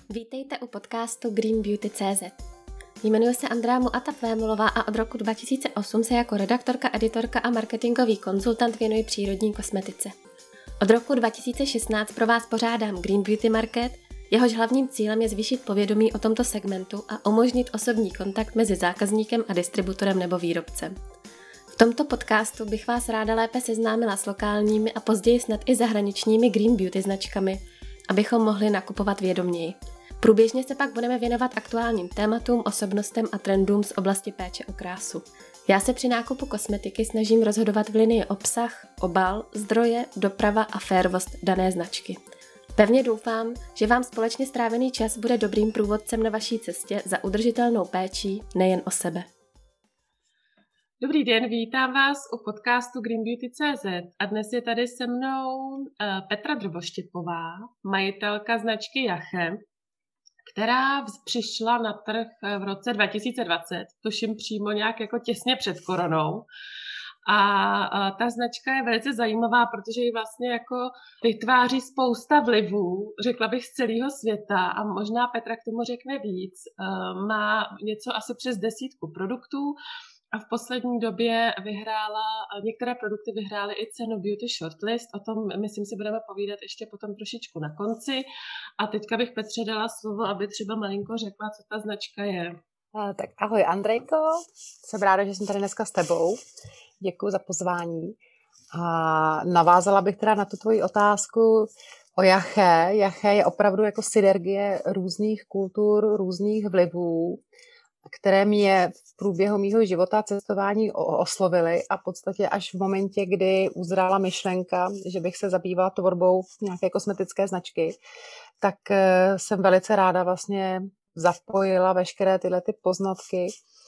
Vítejte u podcastu Green Beauty.cz. Jmenuji se Andrea Muata-Vémolová a od roku 2008 se jako redaktorka, editorka a marketingový konzultant věnuji přírodní kosmetice. Od roku 2016 pro vás pořádám Green Beauty Market, jehož hlavním cílem je zvýšit povědomí o tomto segmentu a umožnit osobní kontakt mezi zákazníkem a distributorem nebo výrobcem. V tomto podcastu bych vás ráda lépe seznámila s lokálními a později snad i zahraničními Green Beauty značkami, abychom mohli nakupovat vědoměji. Průběžně se pak budeme věnovat aktuálním tématům, osobnostem a trendům z oblasti péče o krásu. Já se při nákupu kosmetiky snažím rozhodovat v linii obsah, obal, zdroje, doprava a férovost dané značky. Pevně doufám, že vám společně strávený čas bude dobrým průvodcem na vaší cestě za udržitelnou péčí nejen o sebe. Dobrý den, vítám vás u podcastu Green Beauty.cz a dnes je tady se mnou Petra Drboštěpová, majitelka značky Jache, která přišla na trh v roce 2020, tuším přímo nějak jako těsně před koronou. A ta značka je velice zajímavá, protože ji vlastně jako vytváří spousta vlivů, řekla bych z celého světa, a možná Petra k tomu řekne víc. Má něco asi přes 10 produktů a v poslední době některé produkty vyhrály i cenu Beauty Shortlist. O tom, myslím si, budeme povídat ještě potom trošičku na konci. A teďka bych Petře dala slovo, aby třeba malinko řekla, co ta značka je. Tak ahoj Andrejko, jsem ráda, že jsem tady dneska s tebou. Děkuji za pozvání. A navázala bych teda na tu tvoji otázku o Jache. Jache je opravdu jako synergie různých kultur, různých vlivů, které mě v průběhu mýho života cestování oslovily a v podstatě až v momentě, kdy uzrála myšlenka, že bych se zabývala tvorbou nějaké kosmetické značky, tak jsem velice ráda vlastně zapojila veškeré tyhle ty poznatky.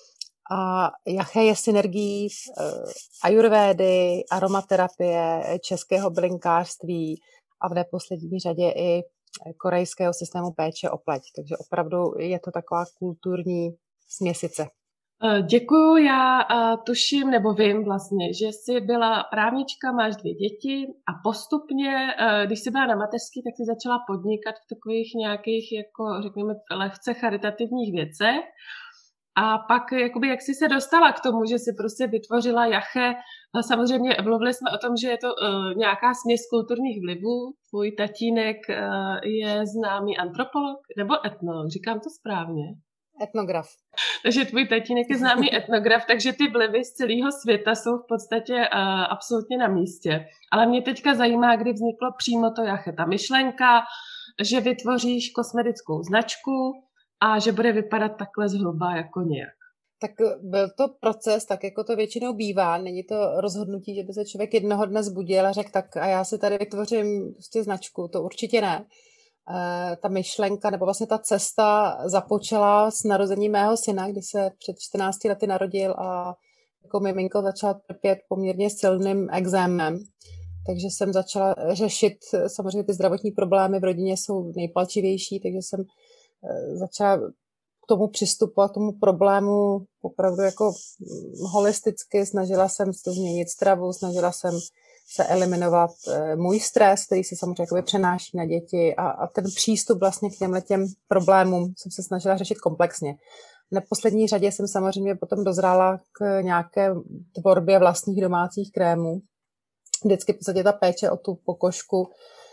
A Jache je synergií ajurvédy, aromaterapie, českého bylinkářství a v neposlední řadě i korejského systému péče o pleť. Takže opravdu je to taková kulturní směsice. Děkuju, já tuším, nebo vím vlastně, že jsi byla právnička, máš 2 děti a postupně, když jsi byla na mateřský, tak jsi začala podnikat v takových nějakých, jako řekněme, lehce charitativních věcech. A pak, jakoby, jak jsi se dostala k tomu, že jsi prostě vytvořila Jache, samozřejmě mluvili jsme o tom, že je to nějaká směs kulturních vlivů. Tvůj tatínek je známý antropolog nebo etnolog, říkám to správně? Etnograf. Takže tvůj tatínek je známý etnograf, takže ty vlivy z celého světa jsou v podstatě absolutně na místě. Ale mě teďka zajímá, kdy vzniklo přímo to Jache, ta myšlenka, že vytvoříš kosmetickou značku a že bude vypadat takhle zhruba jako nějak. Tak byl to proces, tak jako to většinou bývá. Není to rozhodnutí, že by se člověk jednoho dne zbudil a řekl, tak a já si tady vytvořím prostě značku. To určitě ne. Ta myšlenka, nebo vlastně ta cesta započala s narozením mého syna, kdy se před 14 lety narodil a jako miminko začala trpět poměrně silným ekzémem. Takže jsem začala řešit, samozřejmě ty zdravotní problémy v rodině jsou nejpalčivější, takže jsem začala k tomu přistupovat, tomu problému opravdu jako holisticky. Snažila jsem to změnit stravu, snažila jsem se eliminovat můj stres, který se samozřejmě jakoby přenáší na děti a ten přístup vlastně k těm problémům jsem se snažila řešit komplexně. V neposlední řadě jsem samozřejmě potom dozrála k nějaké tvorbě vlastních domácích krémů. Vždycky v podstatě ta péče o tu pokožku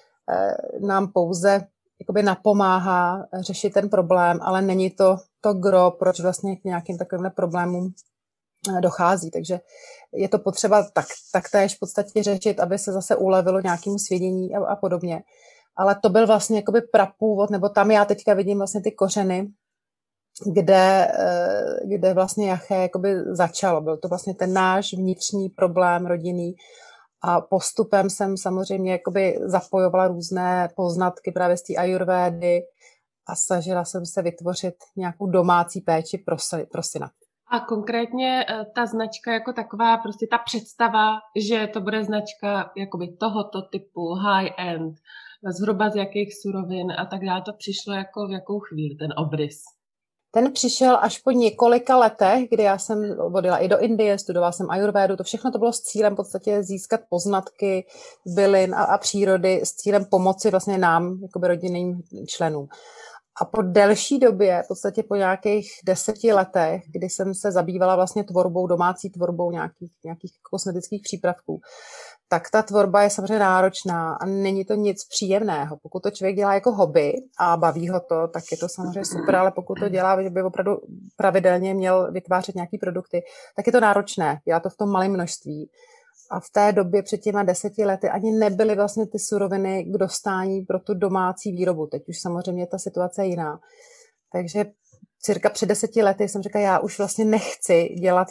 nám pouze jakoby napomáhá řešit ten problém, ale není to gro, proč vlastně k nějakým takovým problémům dochází. Takže je to potřeba taktéž v podstatě řešit, aby se zase ulevilo nějakému svědění a podobně. Ale to byl vlastně jakoby prapůvod, nebo tam já teďka vidím vlastně ty kořeny, kde vlastně Jache jakoby začalo. Byl to vlastně ten náš vnitřní problém rodinný a postupem jsem samozřejmě jakoby zapojovala různé poznatky právě z té ajurvédy a snažila jsem se vytvořit nějakou domácí péči pro syna. A konkrétně ta značka jako taková, prostě ta představa, že to bude značka jakoby tohoto typu, high-end, zhruba z jakých surovin a tak dále, to přišlo jako v jakou chvíli, ten obrys? Ten přišel až po několika letech, kdy já jsem odjela i do Indie, studovala jsem ajurvédu, to všechno to bylo s cílem v podstatě získat poznatky bylin a přírody, s cílem pomoci vlastně nám, jakoby rodinným členům. A po delší době, v podstatě po nějakých 10 letech, kdy jsem se zabývala vlastně domácí tvorbou nějakých kosmetických přípravků, tak ta tvorba je samozřejmě náročná a není to nic příjemného. Pokud to člověk dělá jako hobby a baví ho to, tak je to samozřejmě super, ale pokud to dělá, že by opravdu pravidelně měl vytvářet nějaký produkty, tak je to náročné. Dělá to v tom malém množství. A v té době před těma 10 lety ani nebyly vlastně ty suroviny k dostání pro tu domácí výrobu. Teď už samozřejmě ta situace je jiná. Takže cirka před 10 lety jsem řekla, já už vlastně nechci dělat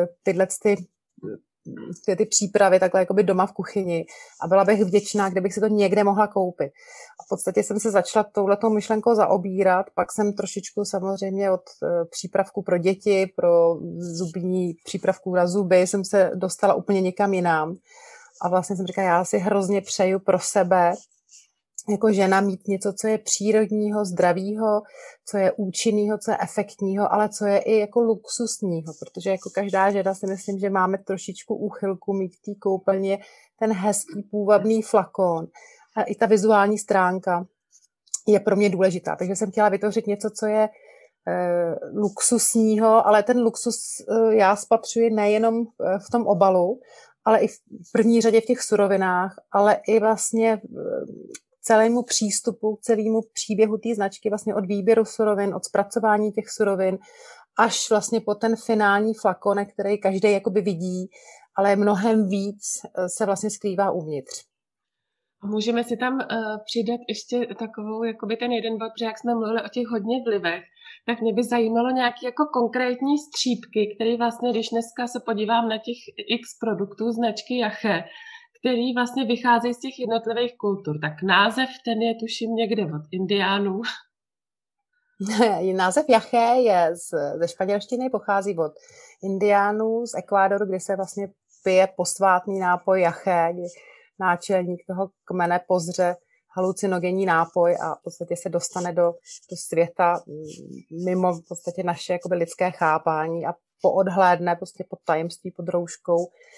ty přípravy takhle jakoby doma v kuchyni a byla bych vděčná, kdybych si to někde mohla koupit. A v podstatě jsem se začala touhletou myšlenkou zaobírat, pak jsem trošičku samozřejmě od přípravků pro děti, pro zubní přípravků na zuby jsem se dostala úplně někam jinam. A vlastně jsem říkala, já si hrozně přeju pro sebe jako žena mít něco, co je přírodního, zdravého, co je účinného, co je efektního, ale co je i jako luxusního, protože jako každá žena si myslím, že máme trošičku úchylku mít v té koupelně ten hezký, půvabný flakon. A i ta vizuální stránka je pro mě důležitá, takže jsem chtěla vytvořit něco, co je luxusního, ale ten luxus já spatřuji nejenom v tom obalu, ale i v první řadě v těch surovinách, ale i vlastně celému přístupu, celému příběhu té značky, vlastně od výběru surovin, od zpracování těch surovin, až vlastně po ten finální flakonek, který každý jakoby vidí, ale mnohem víc se vlastně skrývá uvnitř. A můžeme si tam přidat ještě takovou, jakoby ten jeden bod, protože jak jsme mluvili o těch hodně vlivech, tak mě by zajímalo nějaké jako konkrétní střípky, které vlastně, když dneska se podívám na těch X produktů značky Jaché, který vlastně vycházejí z těch jednotlivých kultur. Tak název ten je tuším někde od Indiánů. Název Jaché je ze španělštiny, pochází od Indiánů z Ekvádoru, kde se vlastně pije posvátný nápoj Jaché, kdy náčelník toho kmene pozře halucinogenní nápoj a v podstatě se dostane do světa mimo v podstatě naše jakoby lidské chápání a poodhlédne prostě pod tajemství, pod rouškou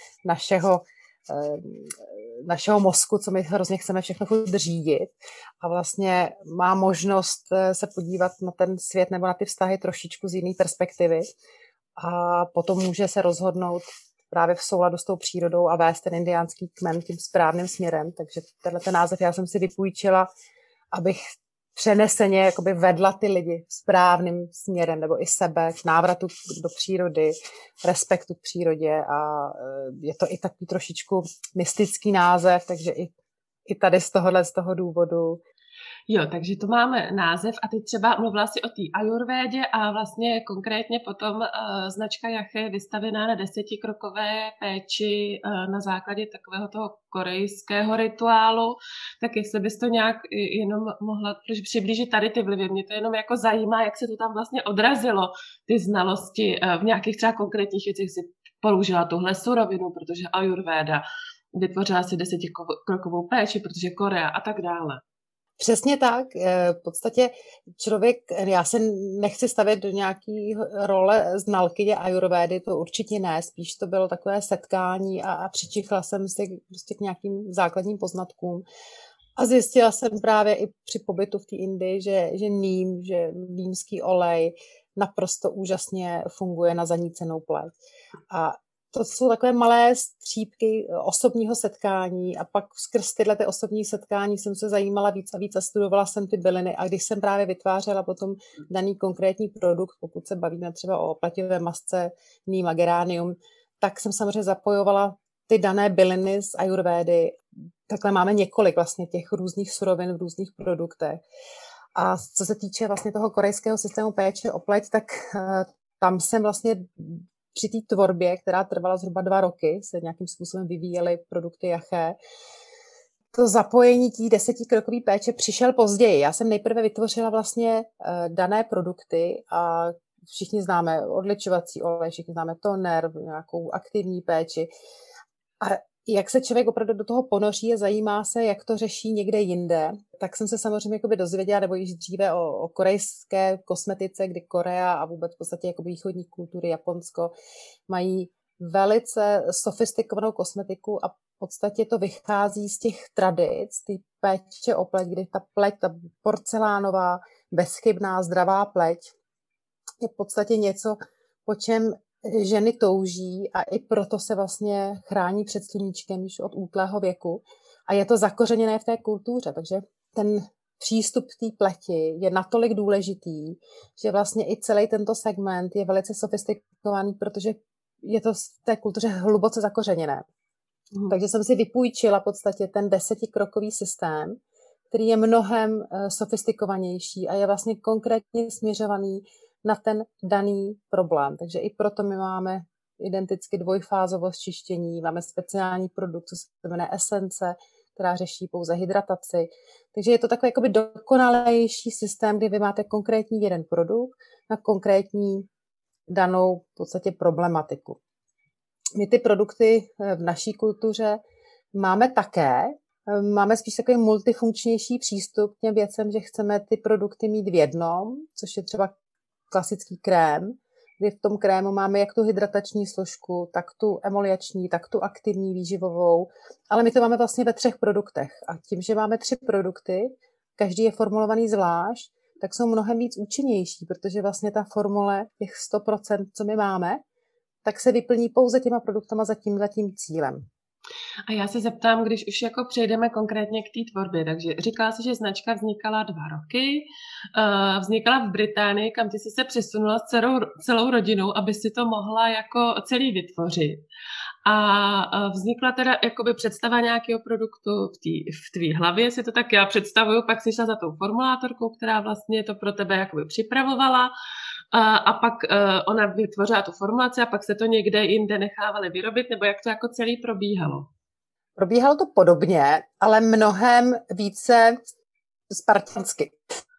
našeho mozku, co my hrozně chceme všechno řídit a vlastně má možnost se podívat na ten svět nebo na ty vztahy trošičku z jiné perspektivy a potom může se rozhodnout právě v souladu s tou přírodou a vést ten indiánský kmen tím správným směrem. Takže tenhle název já jsem si vypůjčila, abych přeneseně jakoby vedla ty lidi správným směrem, nebo i sebe k návratu do přírody, respektu k přírodě a je to i takový trošičku mystický název, takže i tady z toho důvodu. Jo, takže to máme název a teď třeba mluvila si o té ajurvédě a vlastně konkrétně potom značka Jaché je vystavená na 10krokové péči na základě takového toho korejského rituálu, tak jestli bys to nějak jenom mohla přiblížit tady ty vlivy. Mě to jenom jako zajímá, jak se to tam vlastně odrazilo, ty znalosti v nějakých třeba konkrétních věcech si použila tuhle surovinu, protože ajurvéda vytvořila si 10krokovou péči, protože Korea a tak dále. Přesně tak. V podstatě člověk, já se nechci stavět do nějaké role znalkyně ajurvédy, to určitě ne, spíš to bylo takové setkání a přičichla jsem si prostě k nějakým základním poznatkům. A zjistila jsem právě i při pobytu v té Indii, že nímský olej naprosto úžasně funguje na zanícenou pleť. A to jsou takové malé střípky osobního setkání a pak skrz tyhle ty osobní setkání jsem se zajímala víc a víc a studovala jsem ty byliny a když jsem právě vytvářela potom daný konkrétní produkt, pokud se bavíme třeba o pletivé masce Nima geranium, tak jsem samozřejmě zapojovala ty dané byliny z ajurvédy. Takhle máme několik vlastně těch různých surovin v různých produktech. A co se týče vlastně toho korejského systému péče o pleť, tak tam jsem vlastně při té tvorbě, která trvala zhruba 2 roky, se nějakým způsobem vyvíjely produkty Jaché. To zapojení té 10krokové péče přišel později. Já jsem nejprve vytvořila vlastně dané produkty a všichni známe odličovací olej, všichni známe toner, nějakou aktivní péči. A jak se člověk opravdu do toho ponoří a zajímá se, jak to řeší někde jinde, tak jsem se samozřejmě dozvěděla, nebo již dříve o korejské kosmetice, kdy Korea a vůbec v podstatě východní kultury, Japonsko, mají velice sofistikovanou kosmetiku a v podstatě to vychází z těch tradic, ty péče o pleť, kdy ta pleť, ta porcelánová, bezchybná, zdravá pleť je v podstatě něco, po čem ženy touží a i proto se vlastně chrání před sluníčkem již od útlého věku. A je to zakořeněné v té kultuře, takže ten přístup k té pleti je natolik důležitý, že vlastně i celý tento segment je velice sofistikovaný, protože je to v té kultuře hluboce zakořeněné. Takže jsem si vypůjčila v podstatě ten 10krokový systém, který je mnohem sofistikovanější a je vlastně konkrétně směřovaný na ten daný problém. Takže i proto my máme identicky dvojfázovost čištění, máme speciální produkt, co se jmenuje Esence, která řeší pouze hydrataci. Takže je to takový jakoby dokonalejší systém, kdy vy máte konkrétní jeden produkt na konkrétní danou v podstatě problematiku. My ty produkty v naší kultuře máme také. Máme spíš takový multifunkčnější přístup k těm věcem, že chceme ty produkty mít v jednom, což je třeba klasický krém, kdy v tom krému máme jak tu hydratační složku, tak tu emoliační, tak tu aktivní výživovou, ale my to máme vlastně ve 3 produktech. A tím, že máme 3 produkty, každý je formulovaný zvlášť, tak jsou mnohem víc účinnější, protože vlastně ta formule těch 100%, co my máme, tak se vyplní pouze těma produktama za tím cílem. A já se zeptám, když už jako přejdeme konkrétně k té tvorbě, takže říkala jsi, že značka vznikala 2 roky, vznikala v Británii, kam ty jsi se přesunula s celou rodinou, aby si to mohla jako celý vytvořit. A vznikla teda jakoby představa nějakého produktu v tvý hlavě, si to tak já představuju, pak jsi šla za tou formulátorkou, která vlastně to pro tebe jakoby připravovala, a pak ona vytvořila tu formulaci a pak se to někde jinde nechávali vyrobit, nebo jak to jako celý probíhalo? Probíhalo to podobně, ale mnohem více spartansky.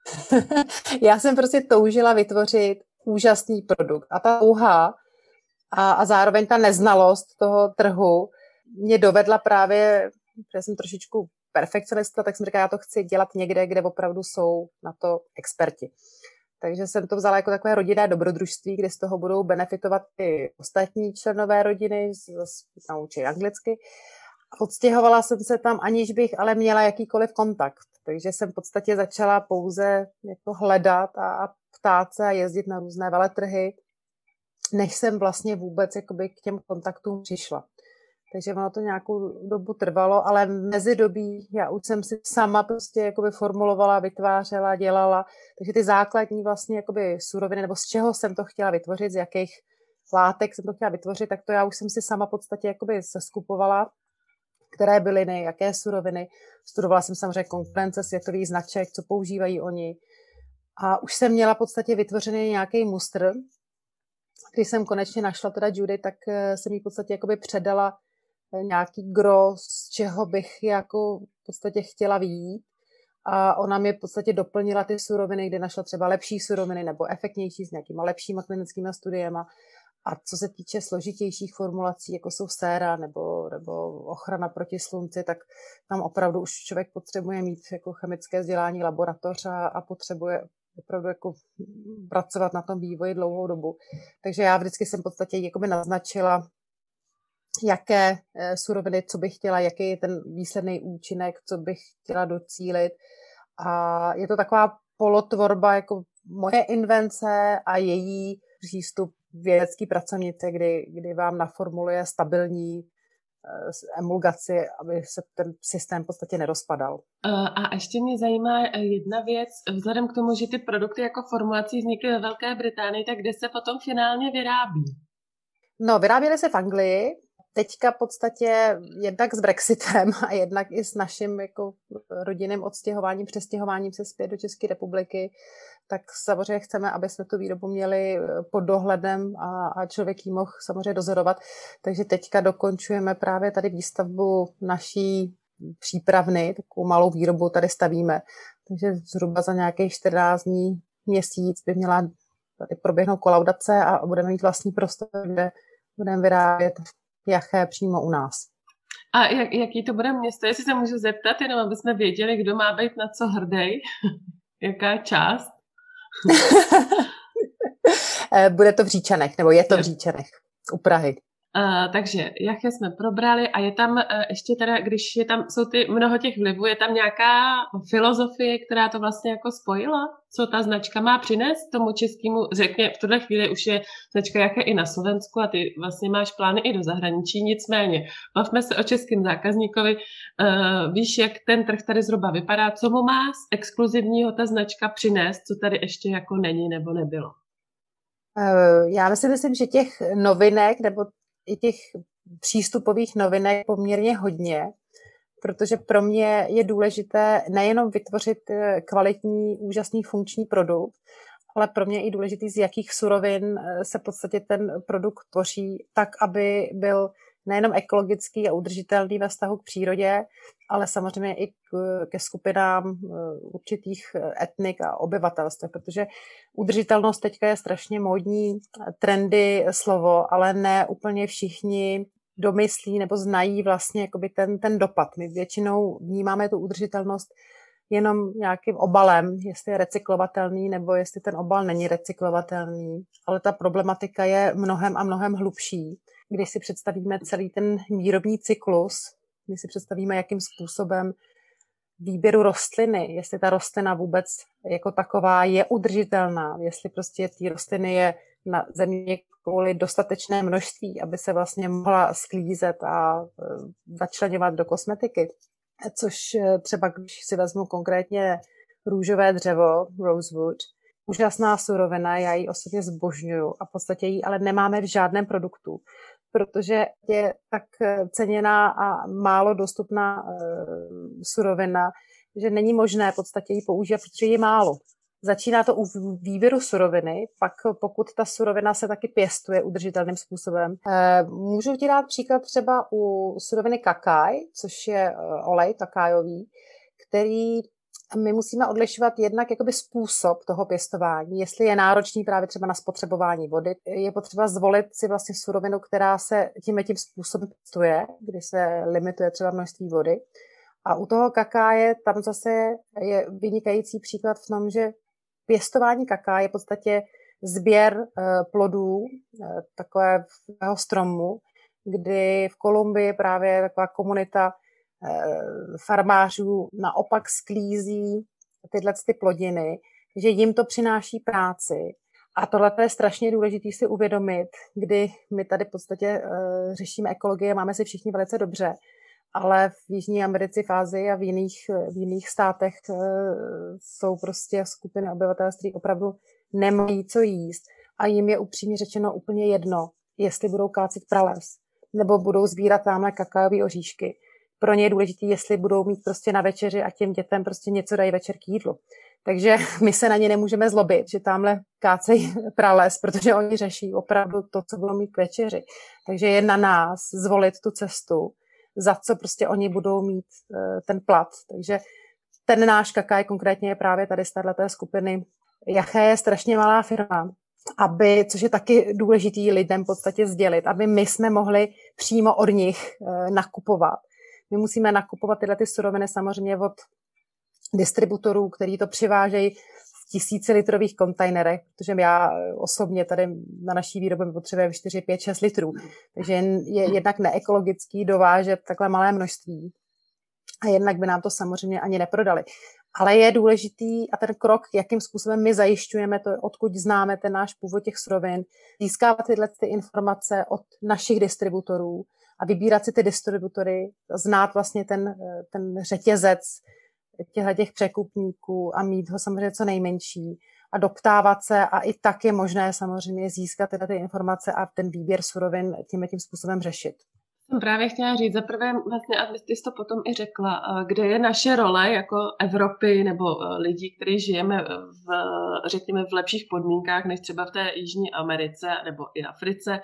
Já jsem prostě toužila vytvořit úžasný produkt a ta touha a zároveň ta neznalost toho trhu mě dovedla právě, protože jsem trošičku perfekcionista, tak jsem říkala, já to chci dělat někde, kde opravdu jsou na to experti. Takže jsem to vzala jako takové rodinné dobrodružství, kde z toho budou benefitovat i ostatní členové rodiny, naučí anglicky. Odstěhovala jsem se tam, aniž bych ale měla jakýkoliv kontakt. Takže jsem v podstatě začala pouze jako hledat a ptát se a jezdit na různé veletrhy, než jsem vlastně vůbec jakoby k těm kontaktům přišla. Takže ono to nějakou dobu trvalo, ale v mezidobí já už jsem si sama prostě jakoby formulovala, vytvářela, dělala. Takže ty základní vlastně jakoby suroviny, nebo z čeho jsem to chtěla vytvořit, z jakých látek jsem to chtěla vytvořit, tak to já už jsem si sama v podstatě jakoby seskupovala, které byliny, jaké suroviny. Studovala jsem samozřejmě konkurence světových značek, co používají oni. A už jsem měla v podstatě vytvořený nějaký mustr. Když jsem konečně našla teda Judy, tak jsem jí v podstatě jakoby předala nějaký gro, z čeho bych jako v podstatě chtěla vyjít. A ona mi v podstatě doplnila ty suroviny, kde našla třeba lepší suroviny nebo efektnější s nějakýma lepšíma klinickými studiema. A co se týče složitějších formulací, jako jsou séra nebo ochrana proti slunci, tak tam opravdu už člověk potřebuje mít jako chemické vzdělání laboratoř a potřebuje opravdu jako pracovat na tom vývoji dlouhou dobu. Takže já vždycky jsem v podstatě jakoby naznačila, jaké suroviny, co bych chtěla, jaký je ten výsledný účinek, co bych chtěla docílit. A je to taková polotvorba jako moje invence a její přístup vědecký pracovnice, kdy vám naformuluje stabilní emulgaci, aby se ten systém v podstatě nerozpadal. A ještě mě zajímá jedna věc. Vzhledem k tomu, že ty produkty jako formulací vznikly ve Velké Británii, tak kde se potom finálně vyrábí? No, vyráběly se v Anglii. Teďka v podstatě jednak s Brexitem a jednak i s naším jako rodinným odstěhováním, přestěhováním se zpět do České republiky, tak samozřejmě chceme, aby jsme tu výrobu měli pod dohledem a člověk ji mohl samozřejmě dozorovat. Takže teďka dokončujeme právě tady výstavbu naší přípravny, takovou malou výrobu tady stavíme. Takže zhruba za nějakých 14 dní, měsíc by měla tady proběhnout kolaudace a budeme mít vlastní prostor, kde budeme vyrábět jaché přímo u nás. A jaký to bude město? Jestli se můžu zeptat, jenom aby jsme věděli, kdo má být na co hrdý? Jaká část? Bude to v Říčanech, nebo je to v Říčanech, u Prahy. Takže jaké jsme probrali a je tam ještě teda, když je tam, jsou mnoho těch vlivů, je tam nějaká filozofie, která to vlastně jako spojila? Co ta značka má přinést tomu českému, řekně, v tuhle chvíli už je značka jaké i na Slovensku a ty vlastně máš plány i do zahraničí, nicméně bavme se o českém zákazníkovi, víš, jak ten trh tady zhruba vypadá, co mu má z exkluzivního ta značka přinést, co tady ještě jako není nebo nebylo? Já si myslím, že těch novinek nebo i těch přístupových novinek poměrně hodně, protože pro mě je důležité nejenom vytvořit kvalitní, úžasný funkční produkt, ale pro mě je i důležitý, z jakých surovin se v podstatě ten produkt tvoří, tak, aby byl nejenom ekologický a udržitelný ve vztahu k přírodě, ale samozřejmě i ke skupinám určitých etnik a obyvatelstev, protože udržitelnost teďka je strašně módní, trendy slovo, ale ne úplně všichni domyslí nebo znají vlastně jakoby ten dopad. My většinou vnímáme tu udržitelnost jenom nějakým obalem, jestli je recyklovatelný nebo jestli ten obal není recyklovatelný, ale ta problematika je mnohem a mnohem hlubší. Když si představíme celý ten výrobní cyklus, když si představíme, jakým způsobem výběru rostliny, jestli ta rostlina vůbec jako taková je udržitelná, jestli prostě té rostliny je na země kvůli dostatečné množství, aby se vlastně mohla sklízet a začleňovat do kosmetiky. Což třeba, když si vezmu konkrétně růžové dřevo, rosewood, úžasná surovina, já ji osobně zbožňuju a v podstatě ji ale nemáme v žádném produktu, protože je tak ceněná a málo dostupná surovina, že není možné v podstatě ji používat, protože je málo. Začíná to u výběru suroviny, pak pokud ta surovina se taky pěstuje udržitelným způsobem. Můžu ti dát příklad třeba u suroviny kakáj, což je olej kakájový, který my musíme odlišovat jednak jakoby způsob toho pěstování, jestli je náročný právě třeba na spotřebování vody. Je potřeba zvolit si vlastně surovinu, která se tím způsobem pěstuje, kdy se limituje třeba množství vody. A u toho kakáje tam zase je vynikající příklad v tom, že pěstování kaká je v podstatě sběr plodů takového stromu, kdy v Kolumbii právě taková komunita farmářů naopak sklízí tyhle ty plodiny, že jim to přináší práci. A tohle je strašně důležité si uvědomit, kdy my tady v podstatě řešíme ekologii, máme si všichni velice dobře, ale v Jižní Americe, v Ázii a v jiných státech jsou prostě skupiny obyvatelství opravdu nemají co jíst a jim je upřímně řečeno úplně jedno, jestli budou kácet prales nebo budou sbírat tamhle kakaový oříšky. Pro ně je důležité, jestli budou mít prostě na večeři a těm dětem prostě něco dají večer k jídlu. Takže my se na ně nemůžeme zlobit, že tamhle kácejí prales, protože oni řeší opravdu to, co budou mít k večeři. Takže je na nás zvolit tu cestu, za co prostě oni budou mít ten plat. Takže ten náš kakaj konkrétně je právě tady z této skupiny. Jaché je strašně malá firma, což je taky důležitý lidem v podstatě sdělit, aby my jsme mohli přímo od nich nakupovat. My musíme nakupovat tyhle ty suroviny samozřejmě od distributorů, kteří to přivážejí v 1000litrových kontejnerech, protože já osobně tady na naší výrobě potřebujeme 4, 5, 6 litrů. Takže je jednak neekologický dovážet takhle malé množství a jednak by nám to samozřejmě ani neprodali. Ale je důležitý a ten krok, jakým způsobem my zajišťujeme to, odkud známe ten náš původ těch surovin, získávat tyhle ty informace od našich distributorů a vybírat si ty distributory, znát vlastně ten řetězec těch překupníků a mít ho samozřejmě co nejmenší a doptávat se a i tak je možné samozřejmě získat tyhle ty informace a ten výběr surovin tím způsobem řešit. Jsem právě chtěla říct, zaprvé vlastně, aby ty jsi to potom i řekla, kde je naše role jako Evropy nebo lidí, kteří žijeme řekněme v lepších podmínkách než třeba v té Jižní Americe nebo i Africe.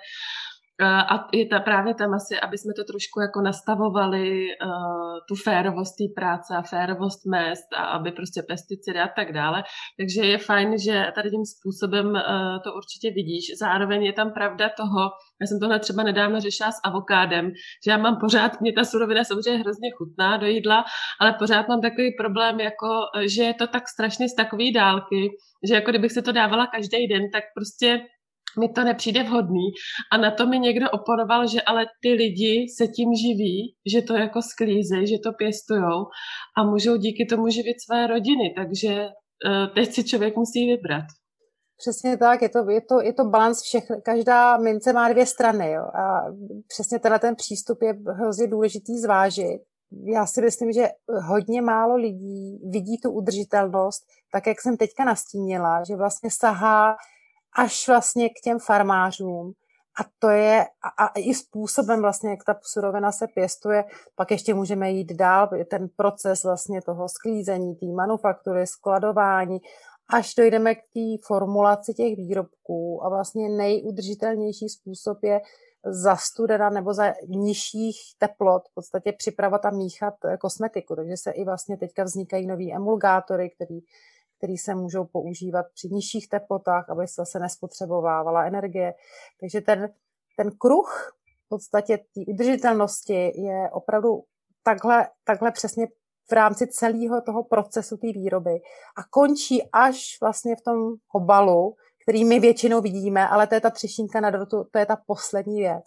A je právě tam asi, aby jsme to trošku jako nastavovali tu férovost té práce a férovost mezd a aby prostě pesticidy a tak dále. Takže je fajn, že tady tím způsobem to určitě vidíš. Zároveň je tam pravda toho, já jsem tohle třeba nedávno řešila s avokádem, že já mám pořád, mě ta surovina samozřejmě hrozně chutná do jídla, ale pořád mám takový problém, jako, že je to tak strašně z takové dálky, že jako kdybych se to dávala každý den, tak prostě mi to nepřijde vhodný. A na to mi někdo oponoval, že ale ty lidi se tím živí, že to jako sklízejí, že to pěstujou a můžou díky tomu živit své rodiny. Takže teď si člověk musí vybrat. Přesně tak, je to balans všech, každá mince má dvě strany, jo, a přesně ten přístup je hrozně důležitý zvážit. Já si myslím, že hodně málo lidí vidí tu udržitelnost, tak jak jsem teďka nastínila, že vlastně sahá až vlastně k těm farmářům a to je a i způsobem vlastně, jak ta surovina se pěstuje, pak ještě můžeme jít dál, ten proces vlastně toho sklízení, té manufaktury, skladování, až dojdeme k té formulaci těch výrobků a vlastně nejudržitelnější způsob je za studena nebo za nižších teplot v podstatě připravovat a míchat kosmetiku. Takže se i vlastně teďka vznikají nový emulgátory, který se můžou používat při nižších teplotách, aby se zase nespotřebovávala energie. Takže ten kruh v podstatě té udržitelnosti je opravdu takhle přesně v rámci celého toho procesu té výroby a končí až vlastně v tom obalu, který my většinou vidíme, ale to je ta třešínka na dortu, to je ta poslední věc.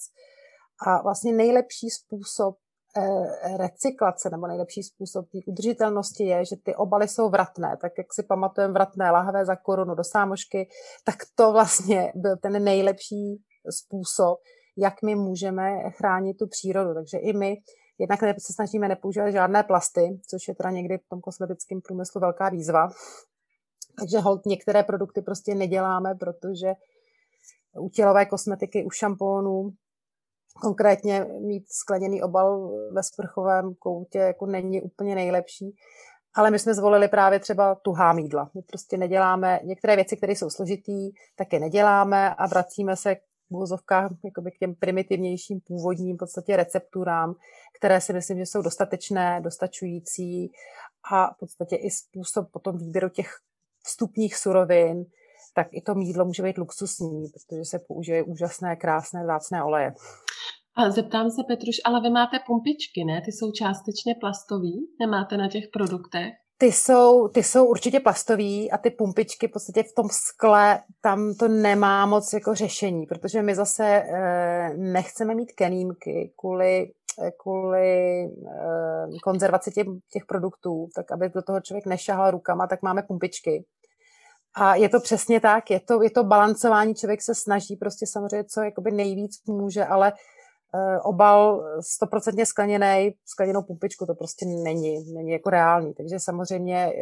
A vlastně nejlepší způsob recyklace nebo nejlepší způsob té udržitelnosti je, že ty obaly jsou vratné, tak jak si pamatujeme vratné lahve za korunu do sámošky, tak to vlastně byl ten nejlepší způsob, jak my můžeme chránit tu přírodu. Takže i my jednak se snažíme nepoužívat žádné plasty, což je teda někdy v tom kosmetickém průmyslu velká výzva. Takže holt některé produkty prostě neděláme, protože u tělové kosmetiky, u šampónů, konkrétně mít skleněný obal ve sprchovém koutě jako není úplně nejlepší. Ale my jsme zvolili právě třeba tuhá mýdla. My prostě neděláme některé věci, které jsou složitý, tak je neděláme a vracíme se v uvozovkách k těm primitivnějším původním v podstatě recepturám, které si myslím, že jsou dostatečné, dostačující a v podstatě i způsob potom výběru těch vstupních surovin, tak i to mýdlo může být luxusní, protože se používají úžasné, krásné, vzácné oleje. A zeptám se, Petruš, ale vy máte pumpičky, ne? Ty jsou částečně plastový? Nemáte na těch produktech? Ty jsou určitě plastový a ty pumpičky v podstatě v tom skle, tam to nemá moc jako řešení, protože my zase nechceme mít kenýmky kvůli konzervaci těch produktů, tak aby do toho člověk nešahal rukama, tak máme pumpičky. A je to přesně tak, je to balancování, člověk se snaží prostě samozřejmě, co jakoby nejvíc může, ale obal 100% skleněnou pumpičku, to prostě není jako reálný. Takže samozřejmě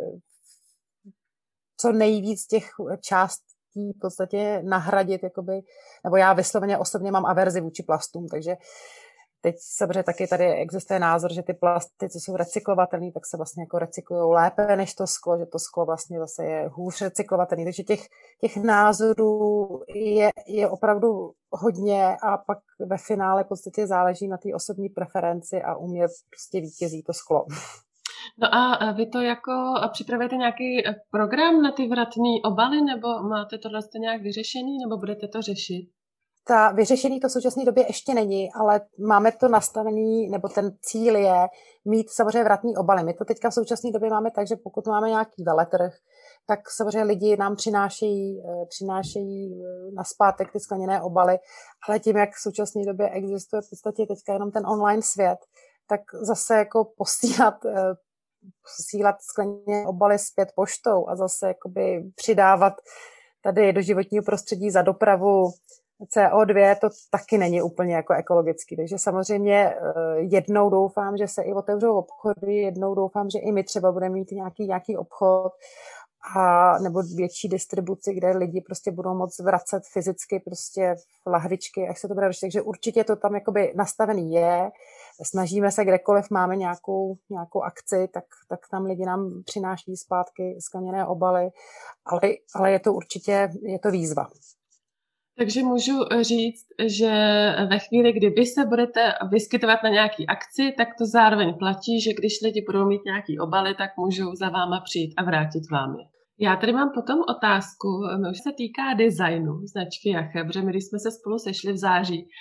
co nejvíc těch částí v podstatě nahradit, jakoby, nebo já vysloveně osobně mám averzi vůči plastům, takže teď samozřejmě taky tady existuje názor, že ty plasty, co jsou recyklovatelné, tak se vlastně jako recyklujou lépe než to sklo, že to sklo vlastně zase je hůř recyklovatelné. Takže těch názorů je opravdu hodně a pak ve finále v podstatě záleží na té osobní preferenci a u mě prostě vítězí to sklo. No a vy to jako připravujete nějaký program na ty vratné obaly, nebo máte tohle nějak vyřešený, nebo budete to řešit? Ta vyřešení to v současné době ještě není, ale máme to nastavený, nebo ten cíl je mít samozřejmě vratný obaly. My to teďka v současné době máme tak, že pokud máme nějaký veletrh, tak samozřejmě lidi nám přinášejí nazpátek ty skleněné obaly, ale tím, jak v současné době existuje v podstatě teďka jenom ten online svět, tak zase jako posílat skleněné obaly zpět poštou a zase jakoby přidávat tady do životního prostředí za dopravu CO2, to taky není úplně jako ekologický. Takže samozřejmě jednou doufám, že se i otevřou obchody, jednou doufám, že i my třeba budeme mít nějaký obchod nebo větší distribuci, kde lidi prostě budou moct vracet fyzicky prostě lahvičky, až se to bude řešit. Takže určitě to tam jakoby nastavený je. Snažíme se, kdekoliv máme nějakou akci, tak tam lidi nám přináší zpátky skleněné obaly, ale je to určitě výzva. Takže můžu říct, že ve chvíli, kdy vy se budete vyskytovat na nějaký akci, tak to zároveň platí, že když lidi budou mít nějaký obaly, tak můžou za váma přijít a vrátit vám je. Já tady mám potom otázku, už se týká designu značky Jache, protože my, když jsme se spolu sešli v září,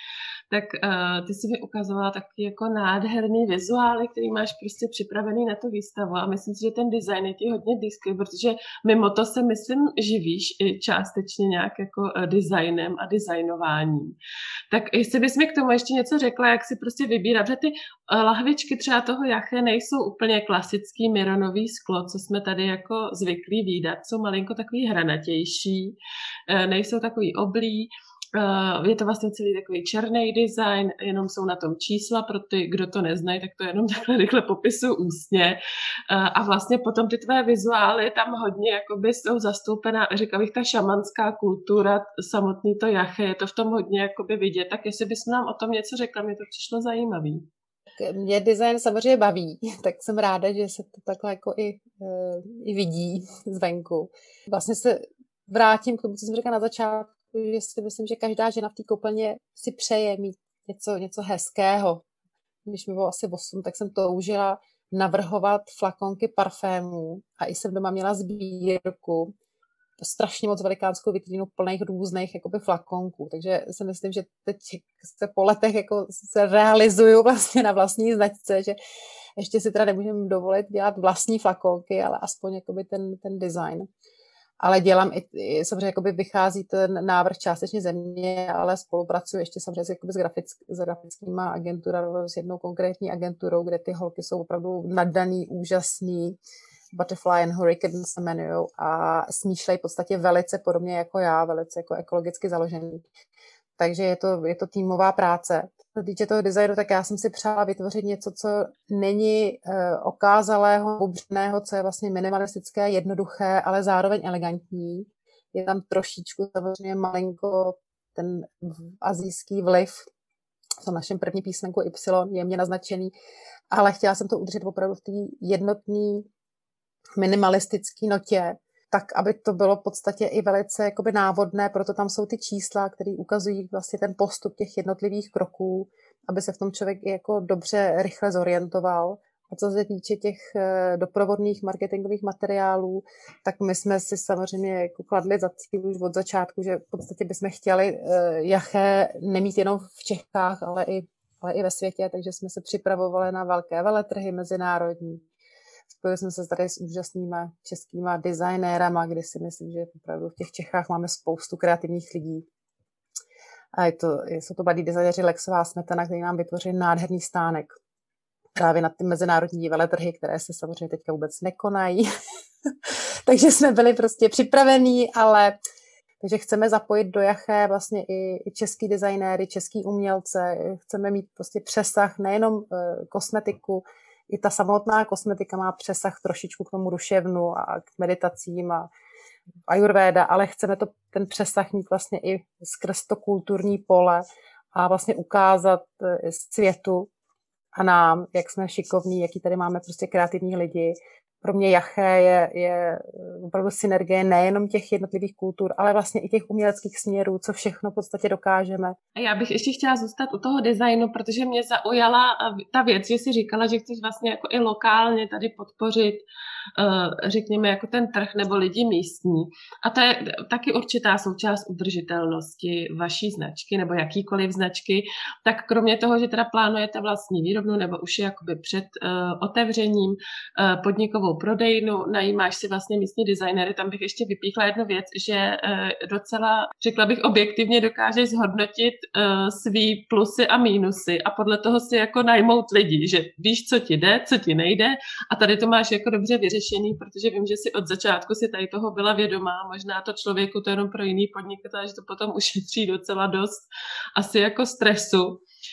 tak ty si mi ukazovala taky jako nádherný vizuály, který máš prostě připravený na tu výstavu a myslím si, že ten design je ti hodně blízký, protože mimo to se myslím živíš i částečně nějak jako designem a designováním. Tak jestli bys mi k tomu ještě něco řekla, jak si prostě vybírat, že ty lahvičky třeba toho Jaché nejsou úplně klasický mironový sklo, co jsme tady jako zvyklí vídat, jsou malinko takový hranatější, nejsou takový oblí, je to vlastně celý takový černý design, jenom jsou na tom čísla, pro ty, kdo to neznají, tak to jenom takhle rychle popisuju ústně. A vlastně potom ty tvé vizuály tam hodně jakoby jsou zastoupená, říkala bych, ta šamanská kultura, samotný to Jaché, je to v tom hodně jakoby vidět. Tak jestli bys nám o tom něco řekla, mě to přišlo zajímavý. Mě design samozřejmě baví, tak jsem ráda, že se to takhle jako i vidí zvenku. Vlastně se vrátím k tomu, co jsem říkala na začátku, že si myslím, že každá žena v té koupelně si přeje mít něco hezkého. Když mi bylo asi 8, tak jsem toužila navrhovat flakonky parfémů a i jsem doma měla sbírku, strašně moc velikánskou vitrínu plných různých jakoby flakonků, takže si myslím, že teď se po letech jako se realizuju vlastně na vlastní značce, že ještě si teda nemůžeme dovolit dělat vlastní flakonky, ale aspoň jakoby ten design. Ale dělám i samozřejmě jakoby vychází ten návrh částečně ze mě, ale spolupracuji ještě samozřejmě s grafickýma agenturami, s jednou konkrétní agenturou, kde ty holky jsou opravdu nadaný, úžasný, Butterfly and Hurricane se jmenujou a smýšlejí v podstatě velice podobně jako já, velice jako ekologicky založený. Takže je to týmová práce. Co se týče toho designu, tak já jsem si přála vytvořit něco, co není okázalého, bubřného, co je vlastně minimalistické, jednoduché, ale zároveň elegantní. Je tam trošičku samozřejmě malinko ten asijský vliv, v tom našem první písmenku Y jemně naznačený, ale chtěla jsem to udržet opravdu v té jednotné minimalistické notě, tak, aby to bylo v podstatě i velice jakoby návodné, proto tam jsou ty čísla, které ukazují vlastně ten postup těch jednotlivých kroků, aby se v tom člověk i jako dobře, rychle zorientoval. A co se týče těch doprovodných marketingových materiálů, tak my jsme si samozřejmě jako kladli za cíl už od začátku, že v podstatě bychom chtěli Jaché nemít jenom v Čechách, ale i ve světě, takže jsme se připravovali na velké veletrhy mezinárodní. Spojili jsme se tady s úžasnýma českýma designérama, kde si myslím, že opravdu v těch Čechách máme spoustu kreativních lidí. A jsou to mladí designéři Lexová Smetana, který nám vytvořili nádherný stánek. Právě na ty mezinárodní veletrhy, které se samozřejmě teďka vůbec nekonají. Takže jsme byli prostě připravení, takže chceme zapojit do Jaché vlastně i český designéry, český umělce. Chceme mít prostě přesah nejenom kosmetiku, i ta samotná kosmetika má přesah trošičku k tomu duševnu a k meditacím a ajurvéda, ale chceme ten přesah mít vlastně i skrz to kulturní pole a vlastně ukázat světu a nám, jak jsme šikovní, jaký tady máme prostě kreativní lidi. Pro mě Jaché je opravdu synergie nejenom těch jednotlivých kultur, ale vlastně i těch uměleckých směrů, co všechno v podstatě dokážeme. A já bych ještě chtěla zůstat u toho designu, protože mě zaujala ta věc, že jsi říkala, že chceš vlastně jako i lokálně tady podpořit, řekněme, jako ten trh nebo lidi místní. A to je taky určitá součást udržitelnosti vaší značky nebo jakýkoliv značky. Tak kromě toho, že teda plánujete vlastní výrobnu nebo už je jakoby před otevřením podnikovou prodejnu, najímáš si vlastně místní designery, tam bych ještě vypíchla jednu věc, že docela, řekla bych, objektivně dokážeš zhodnotit svý plusy a mínusy a podle toho si jako najmout lidi, že víš, co ti jde, co ti nejde a tady to máš jako dobře vyřešený, protože vím, že si od začátku si tady toho byla vědomá, možná to člověku to jenom pro jiný podnikatel, že to potom ušetří docela dost asi jako stresu,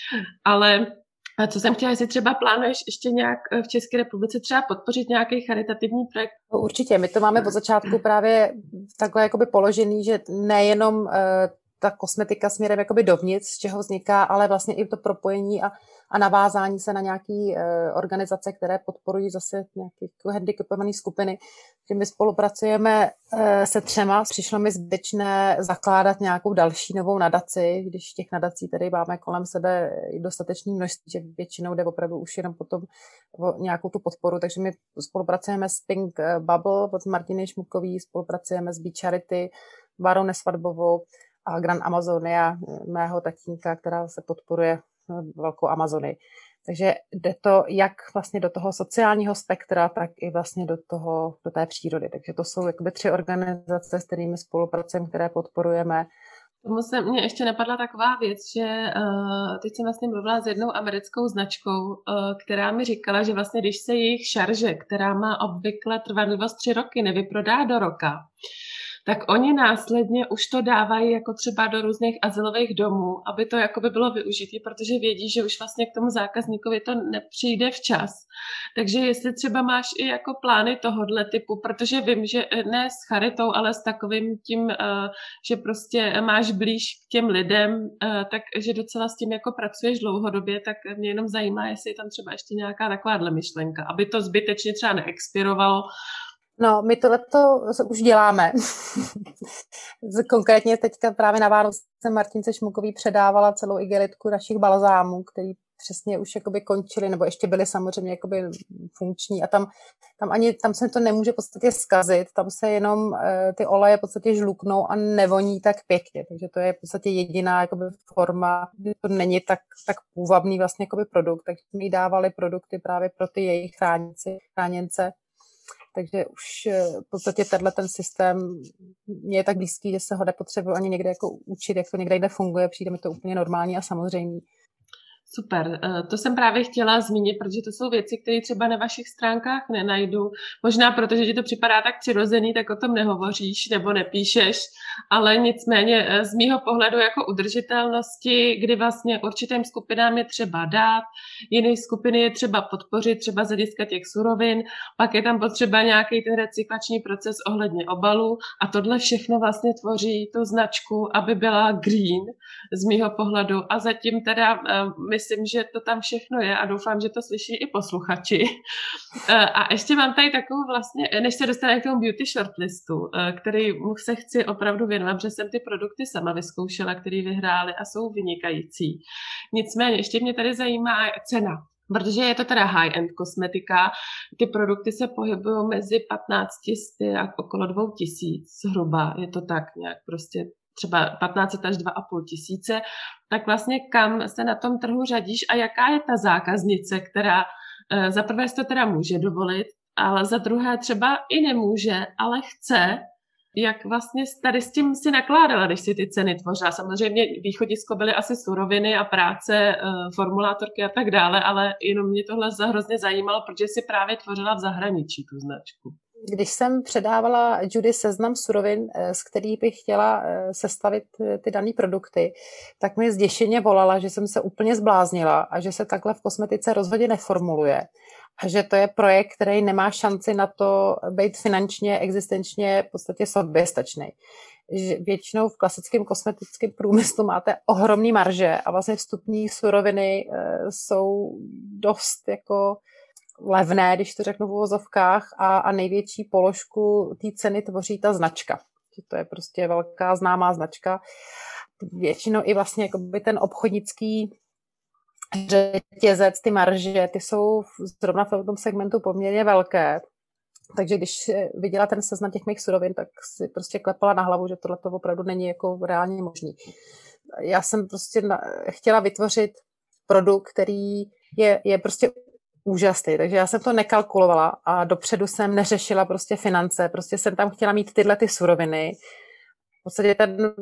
ale co jsem chtěla, jestli třeba plánuješ ještě nějak v České republice třeba podpořit nějaký charitativní projekt? Určitě, my to máme od začátku právě takhle jakoby položený, že nejenom ta kosmetika směrem jakoby dovnitř, z čeho vzniká, ale vlastně i to propojení a navázání se na nějaké organizace, které podporují zase nějaké handicapované skupiny. Že my spolupracujeme se 3, přišlo mi zbytečné zakládat nějakou další novou nadaci, když těch nadací tady máme kolem sebe dostatečné množství, že většinou jde opravdu už jenom potom o nějakou tu podporu, takže my spolupracujeme s Pink Bubble od Martiny Šmukový, spolupracujeme s Beach Charity, Bárou Nesvadbovou a Gran Amazonia mého tatínka, která se podporuje velkou Amazonii. Takže jde to jak vlastně do toho sociálního spektra, tak i vlastně do té přírody. Takže to jsou jakoby 3 organizace, s kterými spolupracujeme, které podporujeme. Mně ještě napadla taková věc, že teď jsem vlastně mluvila s jednou americkou značkou, která mi říkala, že vlastně když se jejich šarže, která má obvykle trvanlivost 3 roky, nevyprodá do roka, tak oni následně už to dávají jako třeba do různých azylových domů, aby to jakoby bylo využité, protože vědí, že už vlastně k tomu zákazníkovi to nepřijde včas. Takže jestli třeba máš i jako plány tohodle typu, protože vím, že ne s charitou, ale s takovým tím, že prostě máš blíž k těm lidem, takže docela s tím jako pracuješ dlouhodobě, tak mě jenom zajímá, jestli je tam třeba ještě nějaká takováhle myšlenka, aby to zbytečně třeba neexpirovalo. No, my tohleto už děláme. Konkrétně teďka právě na Vánoce Martince Šmukový předávala celou igelitku našich balzámů, který přesně už jakoby končily, nebo ještě byly samozřejmě jakoby funkční a tam se to nemůže v podstatě zkazit, tam se jenom ty oleje v podstatě žluknou a nevoní tak pěkně, takže to je v podstatě jediná jakoby forma, to není tak půvabný vlastně jakoby produkt, takže my jí dávali produkty právě pro ty jejich chráněnce. Takže už v podstatě ten systém mě je tak blízký, že se ho nepotřebuji ani někde jako učit, jak to někde jde funguje, přijde mi to úplně normální a samozřejmé. Super, to jsem právě chtěla zmínit, protože to jsou věci, které třeba na vašich stránkách nenajdu. Možná protože ti to připadá tak přirozený, tak o tom nehovoříš nebo nepíšeš, ale nicméně z mýho pohledu jako udržitelnosti, kdy vlastně určitým skupinám je třeba dát, jiné skupiny je třeba podpořit, třeba z hlediska těch surovin, pak je tam potřeba nějaký ten recyklační proces ohledně obalu a tohle všechno vlastně tvoří tu značku, aby byla green z mýho pohledu a zatím teda myslím, že to tam všechno je a doufám, že to slyší i posluchači. A ještě mám tady takovou vlastně, než se dostaneme k tomu beauty shortlistu, který se chci opravdu věnovat, protože jsem ty produkty sama vyzkoušela, které vyhrály a jsou vynikající. Nicméně ještě mě tady zajímá cena, protože je to teda high-end kosmetika. Ty produkty se pohybují mezi 1500 a okolo 2000 zhruba. Je to tak nějak prostě třeba 1500 až 2500, tak vlastně kam se na tom trhu řadíš a jaká je ta zákaznice, která za prvé si to teda může dovolit, ale za druhé třeba i nemůže, ale chce, jak vlastně tady s tím si nakládala, když si ty ceny tvořila. Samozřejmě východisko byly asi suroviny a práce, formulátorky a tak dále, ale jenom mě tohle hrozně zajímalo, protože si právě tvořila v zahraničí tu značku. Když jsem předávala Judy seznam surovin, z kterých bych chtěla sestavit ty dané produkty, tak mi zděšeně volala, že jsem se úplně zbláznila a že se takhle v kosmetice rozhodně neformuluje. A že to je projekt, který nemá šanci na to být finančně, existenčně v podstatě soběstačný. Většinou v klasickém kosmetickém průmyslu máte ohromný marže a vlastně vstupní suroviny jsou dost jako levné, když to řeknu v uvozovkách, a největší položku té ceny tvoří ta značka. To je prostě velká známá značka. Většinou i vlastně jakoby ten obchodnický řetězec, ty marže, ty jsou zrovna v tom segmentu poměrně velké. Takže když viděla ten seznam těch mých surovin, tak si prostě klepala na hlavu, že tohle to opravdu není jako reálně možný. Já jsem prostě chtěla vytvořit produkt, který je prostě úžasný, takže já jsem to nekalkulovala a dopředu jsem neřešila prostě finance, prostě jsem tam chtěla mít tyhle ty suroviny. V podstatě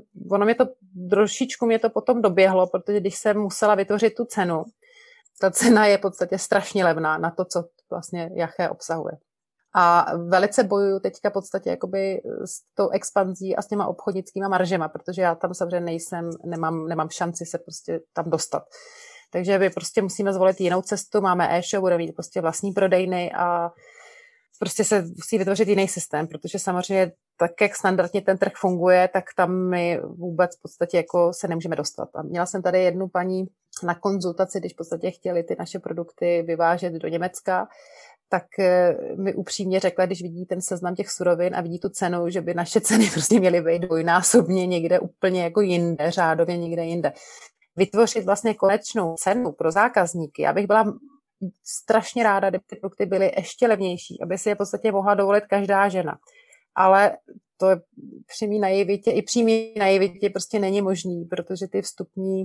trošičku mě to potom doběhlo, protože když jsem musela vytvořit tu cenu, ta cena je v podstatě strašně levná na to, co vlastně Jaché obsahuje. A velice bojuju teďka v podstatě jakoby s tou expanzí a s těma obchodnickýma maržema, protože já tam samozřejmě nemám šanci se prostě tam dostat. Takže my prostě musíme zvolit jinou cestu, máme e-shop, budeme mít prostě vlastní prodejny a prostě se musí vytvořit jiný systém, protože samozřejmě tak, jak standardně ten trh funguje, tak tam my vůbec v podstatě jako se nemůžeme dostat. A měla jsem tady jednu paní na konzultaci, když v podstatě chtěli ty naše produkty vyvážet do Německa, tak mi upřímně řekla, když vidí ten seznam těch surovin a vidí tu cenu, že by naše ceny prostě měly být dvojnásobně někde úplně jako jinde, řádově někde jinde. Vytvořit vlastně konečnou cenu pro zákazníky. Já bych byla strašně ráda, kdyby ty produkty byly ještě levnější, aby si je v podstatě mohla dovolit každá žena. ale to je při mý naivitě prostě není možný, protože ty vstupní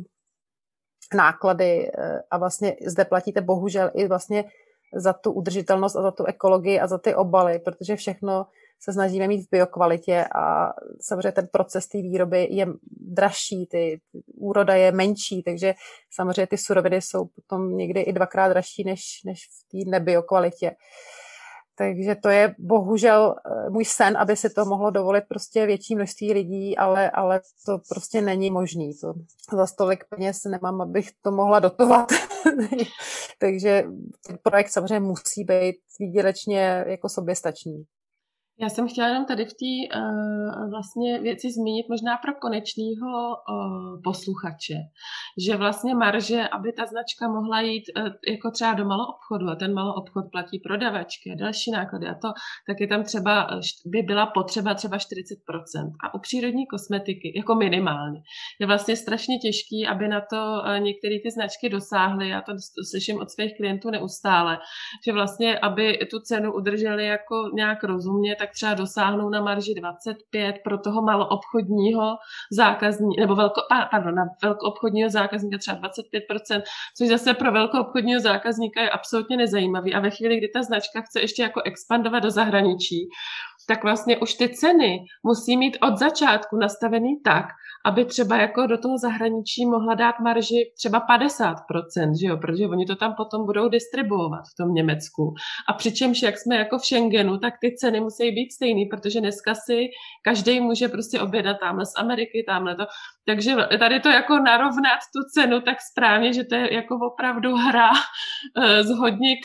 náklady a vlastně zde platíte bohužel i vlastně za tu udržitelnost a za tu ekologii a za ty obaly, protože všechno se snažíme mít v biokvalitě a samozřejmě ten proces té výroby je dražší, ty úroda je menší, takže samozřejmě ty suroviny jsou potom někdy i 2x dražší než v té nebiokvalitě. Takže to je bohužel můj sen, aby si to mohlo dovolit prostě větší množství lidí, ale to prostě není možný. To za tolik peněz nemám, abych to mohla dotovat. Takže ten projekt samozřejmě musí být výdělečně jako soběstačný. Já jsem chtěla jenom tady v té vlastně věci zmínit možná pro konečného posluchače, že vlastně marže, aby ta značka mohla jít jako třeba do maloobchodu a ten maloobchod platí prodavačky a další náklady a to, tak je tam třeba, by byla potřeba třeba 40%. A u přírodní kosmetiky, jako minimálně, je vlastně strašně těžký, aby na to některé ty značky dosáhly, já to slyším od svých klientů neustále, že vlastně, aby tu cenu udrželi jako nějak rozumně, tak třeba dosáhnou na marži 25 pro toho maloobchodního zákazníka, nebo na velkoobchodního zákazníka třeba 25%, což zase pro velkoobchodního zákazníka je absolutně nezajímavý. A ve chvíli, kdy ta značka chce ještě jako expandovat do zahraničí, tak vlastně už ty ceny musí mít od začátku nastavený tak, aby třeba jako do toho zahraničí mohla dát marži třeba 50%, že jo? Protože oni to tam potom budou distribuovat v tom Německu. A přičemž, jak jsme jako v Schengenu, tak ty ceny musí být stejný, protože dneska si každý může prostě objednat tamhle z Ameriky, tamhle to. Takže tady to jako narovnat tu cenu tak správně, že to je jako opravdu hra s hodně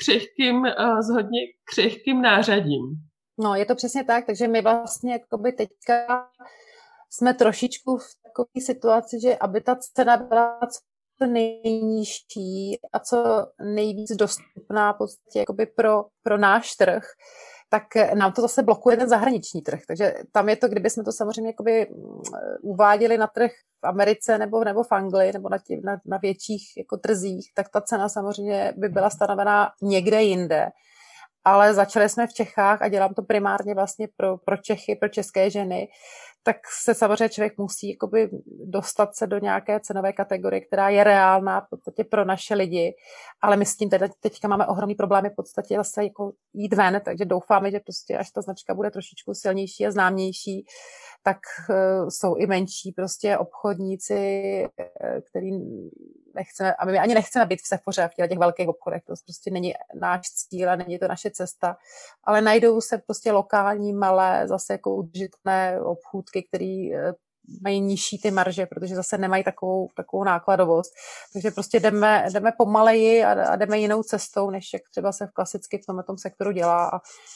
křehkým nářadím. No, je to přesně tak, takže my vlastně jakoby teďka jsme trošičku v takové situaci, že aby ta cena byla co nejnižší a co nejvíc dostupná v podstatě jakoby pro náš trh, tak nám to zase blokuje ten zahraniční trh. Takže tam je to, kdyby jsme to samozřejmě jakoby uváděli na trh v Americe nebo v Anglii nebo na větších jako trzích, tak ta cena samozřejmě by byla stanovená někde jinde. Ale začali jsme v Čechách a dělám to primárně vlastně pro Čechy, pro české ženy, tak se samozřejmě člověk musí jakoby dostat se do nějaké cenové kategorie, která je reálná v podstatě pro naše lidi, ale my s tím teďka máme ohromný problémy v podstatě zase jako jít ven, takže doufáme, že prostě až ta značka bude trošičku silnější a známější, tak jsou i menší prostě obchodníci, který nechceme, a my ani nechceme být v Sephoře v těch velkých obchodech, to prostě není náš cíl a není to naše cesta, ale najdou se prostě lokální, malé, zase jako udržitelné obchůdky, který mají nižší ty marže, protože zase nemají takovou nákladovost. Takže prostě jdeme pomaleji a jdeme jinou cestou, než jak třeba se klasicky v tomto sektoru dělá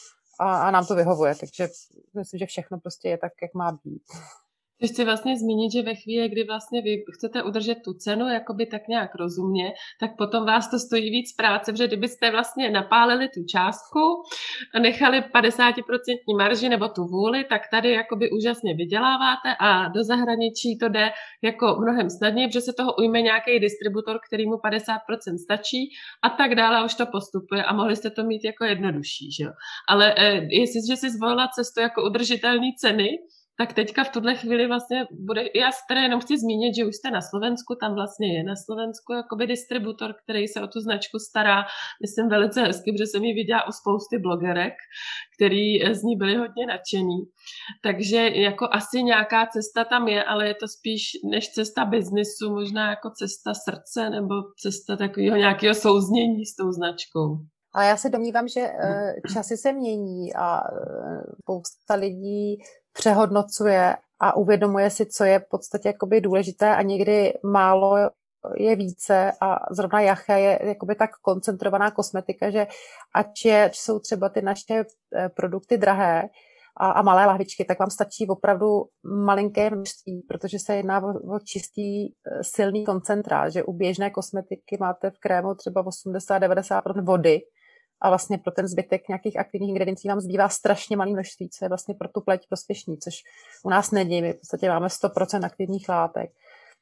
a nám to vyhovuje. Takže myslím, že všechno prostě je tak, jak má být. Chci vlastně zmínit, že ve chvíli, kdy vlastně vy chcete udržet tu cenu jakoby tak nějak rozumně, tak potom vás to stojí víc práce, protože kdybyste vlastně napálili tu částku a nechali 50% marži nebo tu vůli, tak tady jakoby úžasně vyděláváte a do zahraničí to jde jako mnohem snadněji, protože se toho ujme nějaký distributor, který mu 50% stačí a tak dále a už to postupuje a mohli jste to mít jako jednodušší, že jo. Ale jestliže si zvolila cestu jako udržitelné ceny, tak teďka v tuhle chvíli vlastně bude, já teda jenom chci zmínit, že už jste na Slovensku, tam vlastně je na Slovensku jakoby distributor, který se o tu značku stará, myslím velice hezky, protože jsem ji viděla u spousty blogerek, který z ní byli hodně nadšení. Takže jako asi nějaká cesta tam je, ale je to spíš než cesta biznisu, možná jako cesta srdce nebo cesta takového nějakého souznění s tou značkou. Ale já se domnívám, že časy se mění a spousta lidí přehodnocuje a uvědomuje si, co je v podstatě jakoby důležité a někdy málo je více a zrovna Jaché je jakoby tak koncentrovaná kosmetika, že ať jsou třeba ty naše produkty drahé a malé lahvičky, tak vám stačí opravdu malinké množství, protože se jedná o čistý silný koncentrát, že u běžné kosmetiky máte v krému třeba 80-90% vody, a vlastně pro ten zbytek nějakých aktivních ingrediencí vám zbývá strašně malé množství, co je vlastně pro tu pleť prospěšný, což u nás není. My v podstatě máme 100% aktivních látek.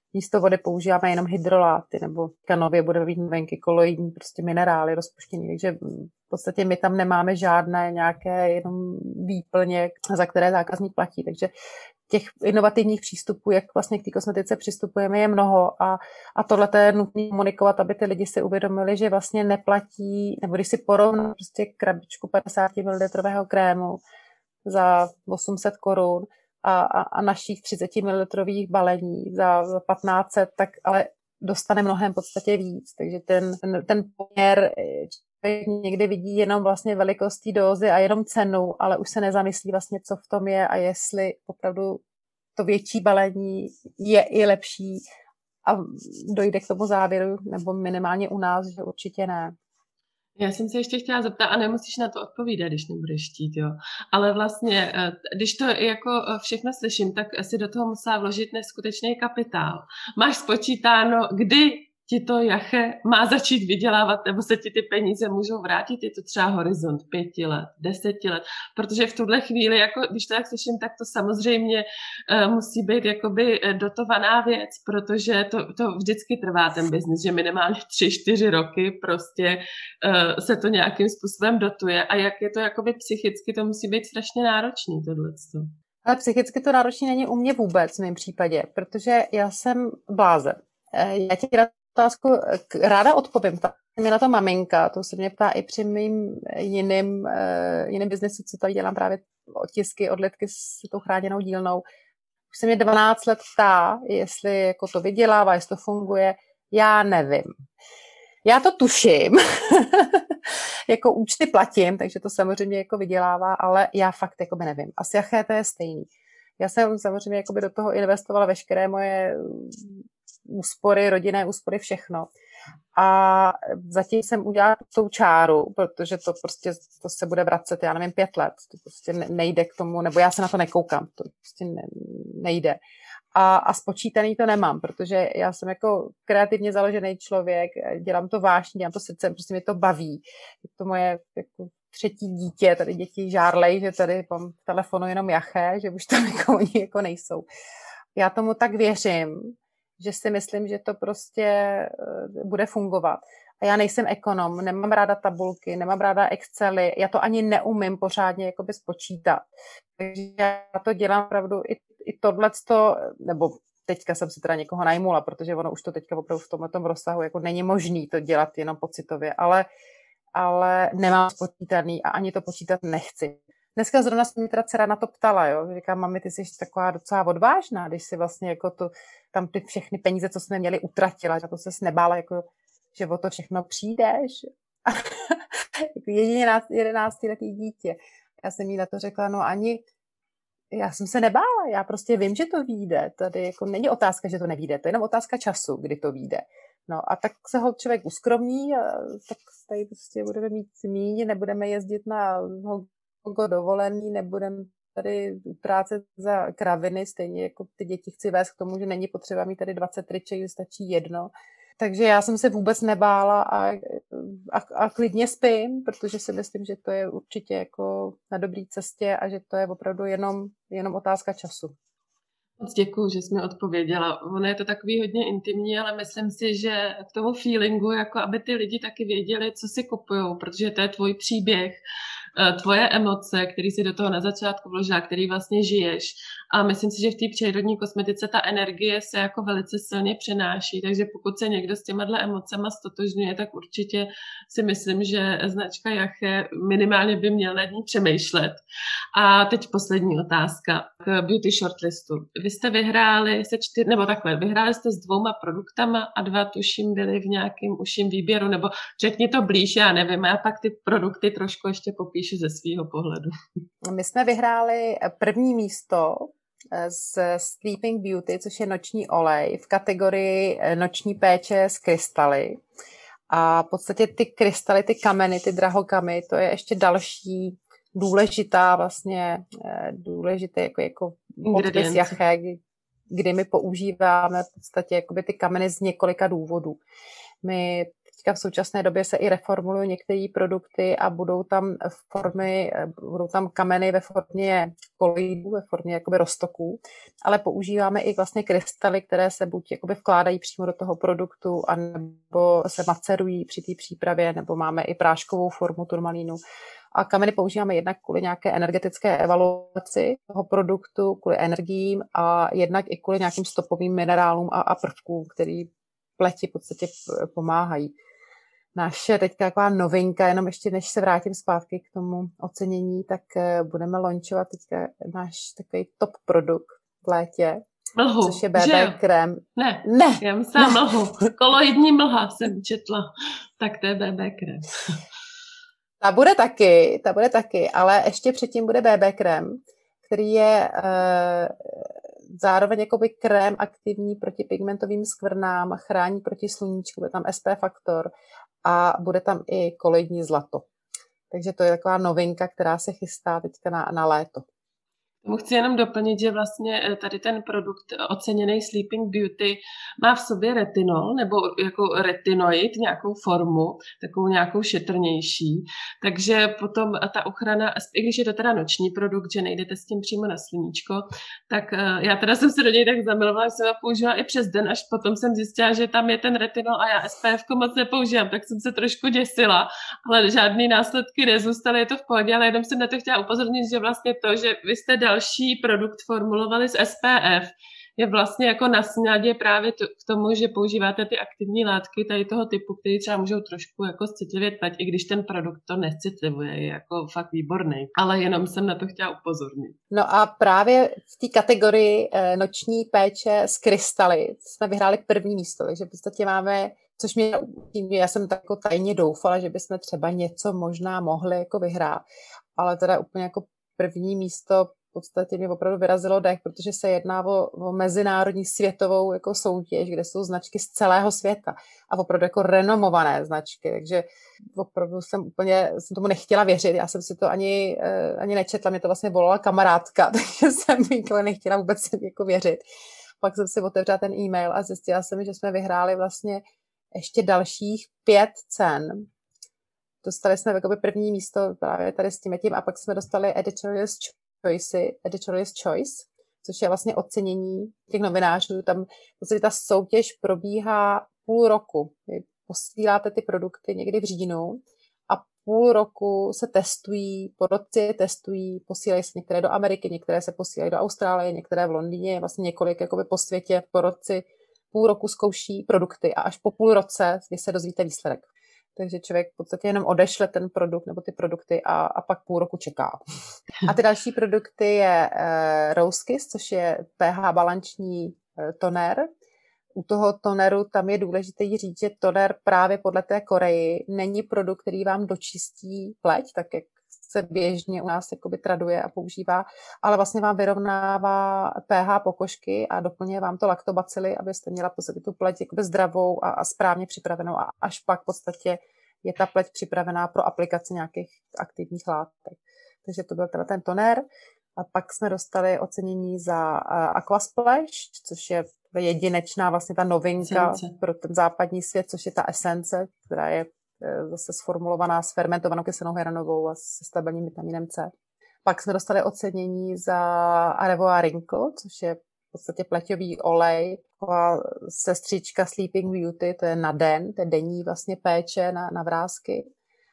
místo vody používáme jenom hydroláty, nebo nově budeme mít novinky, koloidní, prostě minerály rozpuštěný, takže v podstatě my tam nemáme žádné nějaké jenom výplně, za které zákazník platí, takže těch inovativních přístupů, jak vlastně k té kosmetice přistupujeme, je mnoho a tohle je nutné komunikovat, aby ty lidi si uvědomili, že vlastně neplatí, nebo když si porovná prostě krabičku 50 ml krému za 800 korun a našich 30 ml balení za 1500, tak ale dostane mnohem v podstatě víc. Takže ten poměr člověk někdy vidí jenom vlastně velikost té dózy a jenom cenu, ale už se nezamyslí vlastně, co v tom je a jestli opravdu to větší balení je i lepší a dojde k tomu závěru, nebo minimálně u nás, že určitě ne. Já jsem se ještě chtěla zeptat, a nemusíš na to odpovídat, když nebudeš chtít, jo. Ale vlastně, když to jako všechno slyším, tak si do toho musela vložit neskutečný kapitál. Máš spočítáno, kdy ti to jache má začít vydělávat, nebo se ti ty peníze můžou vrátit, je to třeba horizont 5 let, 10 let, protože v tuhle chvíli, jako, když to tak slyším, tak to samozřejmě musí být jakoby dotovaná věc, protože to vždycky trvá ten biznis, že minimálně 3-4 roky prostě se to nějakým způsobem dotuje a jak je to jakoby psychicky, to musí být strašně náročný tohleto. Ale psychicky to náročný není u mě vůbec v mém případě, protože já jsem blázen. Já ti otázku ráda odpovím. Ta mě na to maminka, to se mě ptá i při mým jiným biznesu, co tady dělám právě otisky, odlitky s tou chráněnou dílnou. Už se mě 12 let ptá, jestli jako to vydělává, jestli to funguje. Já nevím. Já to tuším. Jako účty platím, takže to samozřejmě jako vydělává, ale já fakt jako by nevím. Asi jaké to je stejný. Já jsem samozřejmě jako by do toho investovala veškeré moje úspory, rodinné úspory, všechno. A zatím jsem udělala tou čáru, protože to prostě to se bude vracet, já nevím, 5 let. To prostě nejde k tomu, nebo já se na to nekoukám, to prostě nejde. A spočítaný to nemám, protože já jsem jako kreativně založený člověk, dělám to vážně, dělám to srdcem, prostě mě to baví. Je to moje jako 3. dítě, tady děti žárlej, že tady mám v telefonu jenom jaché, že už tam jako oni jako nejsou. Já tomu tak věřím, že si myslím, že to prostě bude fungovat. A já nejsem ekonom, nemám ráda tabulky, nemám ráda Excely, já to ani neumím pořádně jakoby spočítat. Takže já to dělám opravdu i tohleto, nebo teďka jsem si teda někoho najmula, protože ono už to teďka opravdu v tomhletom rozsahu jako není možný to dělat jenom pocitově, ale nemám spočítaný a ani to počítat nechci. Dneska zrovna se mi teda dcera na to ptala, jo. Říkám, mami, ty jsi taková docela odvážná, když si vlastně jako tam ty všechny peníze, co jsme měli, utratila, že to ses nebála, jako, že o to všechno přijdeš. Jako 11letý dítě. Já jsem jí na to řekla, no ani, já jsem se nebála, já prostě vím, že to vyjde. Tady jako není otázka, že to nevyjde, to je jenom otázka času, kdy to vyjde. No a tak se ho člověk uskromní a tak tady prostě budeme mít míň, nebudeme jezdit na dovolený, nebudeme tady utrácet za kraviny, stejně jako ty děti chci vést k tomu, že není potřeba mít tady 20 triček, že stačí jedno. Takže já jsem se vůbec nebála a klidně spím, protože si myslím, že to je určitě jako na dobré cestě a že to je opravdu jenom otázka času. Moc děkuju, že jsi mi odpověděla. Ono je to takový hodně intimní, ale myslím si, že k tomu feelingu, jako aby ty lidi taky věděli, co si kupujou, protože to je tvůj příběh, tvoje emoce, který si do toho na začátku vložila, který vlastně žiješ. A myslím si, že v té přírodní kosmetice ta energie se jako velice silně přenáší, takže pokud se někdo s těma emocema stotožňuje, tak určitě si myslím, že značka Jache minimálně by měl nad ní přemýšlet. A teď poslední otázka k beauty shortlistu. Vy jste vyhráli vyhráli jste s 2 produktama a 2 tuším byly v nějakém užším výběru, nebo řekni to blíž, já nevím, a pak ty produkty trošku ještě popíšu ze svýho pohledu. My jsme vyhráli 1. místo z Sleeping Beauty, což je noční olej v kategorii noční péče s krystaly. A v podstatě ty krystaly, ty kameny, ty drahokamy, to je ještě další důležitá vlastně, důležité jako podpis Jache, kdy my používáme v podstatě jakoby ty kameny z několika důvodů. My teďka v současné době se i reformulují některé produkty a budou tam kameny ve formě koloidů, ve formě jakoby roztoků, ale používáme i vlastně krystaly, které se buď jakoby vkládají přímo do toho produktu, anebo se macerují při té přípravě, nebo máme i práškovou formu turmalínu. A kameny používáme jednak kvůli nějaké energetické evaluaci toho produktu, kvůli energiím a jednak i kvůli nějakým stopovým minerálům a prvkům, který pleti v podstatě pomáhají. Naše teďka taková novinka, jenom ještě než se vrátím zpátky k tomu ocenění, tak budeme launchovat teďka náš takový top produkt v létě, mlhu, což je BB krém. Ne, já myslím mlhu. Koloidní mlha jsem četla, tak to je BB krém. Ta bude taky, ale ještě předtím bude BB krém, který je zároveň jakoby krém aktivní proti pigmentovým skvrnám, chrání proti sluníčku, bude tam SP faktor a bude tam i koloidní zlato. Takže to je taková novinka, která se chystá teďka na léto. Tomu chci jenom doplnit, že vlastně tady ten produkt oceněný Sleeping Beauty má v sobě retinol nebo jako retinoid, nějakou formu, takovou nějakou šetrnější. Takže potom ta ochrana, i když je to teda noční produkt, že nejdete s tím přímo na sluníčko, tak já teda jsem se do něj tak zamilovala, že jsem ho použila i přes den, až potom jsem zjistila, že tam je ten retinol a já SPF-ko moc nepoužívám, tak jsem se trošku děsila, ale žádný následky nezůstaly, je to v pohodě, ale jenom jsem na to chtěla upozornit, že vlastně to, že vy jste další produkt formulovali z SPF, je vlastně jako na snadě právě k tomu, že používáte ty aktivní látky tady toho typu, které třeba můžou trošku jako citlivět pleť, i když ten produkt to necitlivuje, je jako fakt výborný. Ale jenom jsem na to chtěla upozornit. No a právě v té kategorii noční péče s krystaly jsme vyhráli první místo, takže v podstatě máme, což mě, já jsem tak jako tajně doufala, že bychom třeba něco možná mohli jako vyhrát, ale teda úplně jako první místo v podstatě mě opravdu vyrazilo dech, protože se jedná o mezinárodní světovou jako soutěž, kde jsou značky z celého světa a opravdu jako renomované značky, takže opravdu jsem tomu nechtěla věřit, já jsem si to ani nečetla, mě to vlastně volala kamarádka, takže jsem jako nechtěla vůbec jako věřit. Pak jsem si otevřela ten e-mail a zjistila jsem, že jsme vyhráli vlastně ještě dalších 5 cen. Dostali jsme jakoby první místo právě tady s tím a pak jsme dostali Editorial's Choice, což je vlastně ocenění těch novinářů. Tam vlastně ta soutěž probíhá půl roku. Vy posíláte ty produkty někdy v říjnu a půl roku se testují, porodci testují, posílají se některé do Ameriky, některé se posílají do Austrálie, některé v Londýně, vlastně několik jakoby po světě porodci půl roku zkouší produkty a až po půl roce vy se dozvíte výsledek. Takže člověk v podstatě jenom odešle ten produkt nebo ty produkty a pak půl roku čeká. A ty další produkty je Rose Kiss, což je pH balanční tonér. U toho toneru tam je důležité říct, že toner právě podle té Koreji není produkt, který vám dočistí pleť, tak jak se běžně u nás jakoby traduje a používá, ale vlastně vám vyrovnává pH pokožky a doplňuje vám to laktobacily, abyste měla v podstatě tu pleť jakoby zdravou a správně připravenou a až pak v podstatě je ta pleť připravená pro aplikaci nějakých aktivních látek. Takže to byl teda ten tonér. A pak jsme dostali ocenění za Aquasplash, což je jedinečná vlastně ta novinka pro ten západní svět, což je ta esence, která je zase sformulovaná s fermentovanou kyselou hyalanurovou a se stabilním vitamínem C. Pak jsme dostali ocenění za Arevoa Wrinkle, což je v podstatě pleťový olej, taková sestřička Sleeping Beauty, to je na den, to je denní vlastně péče na vrásky.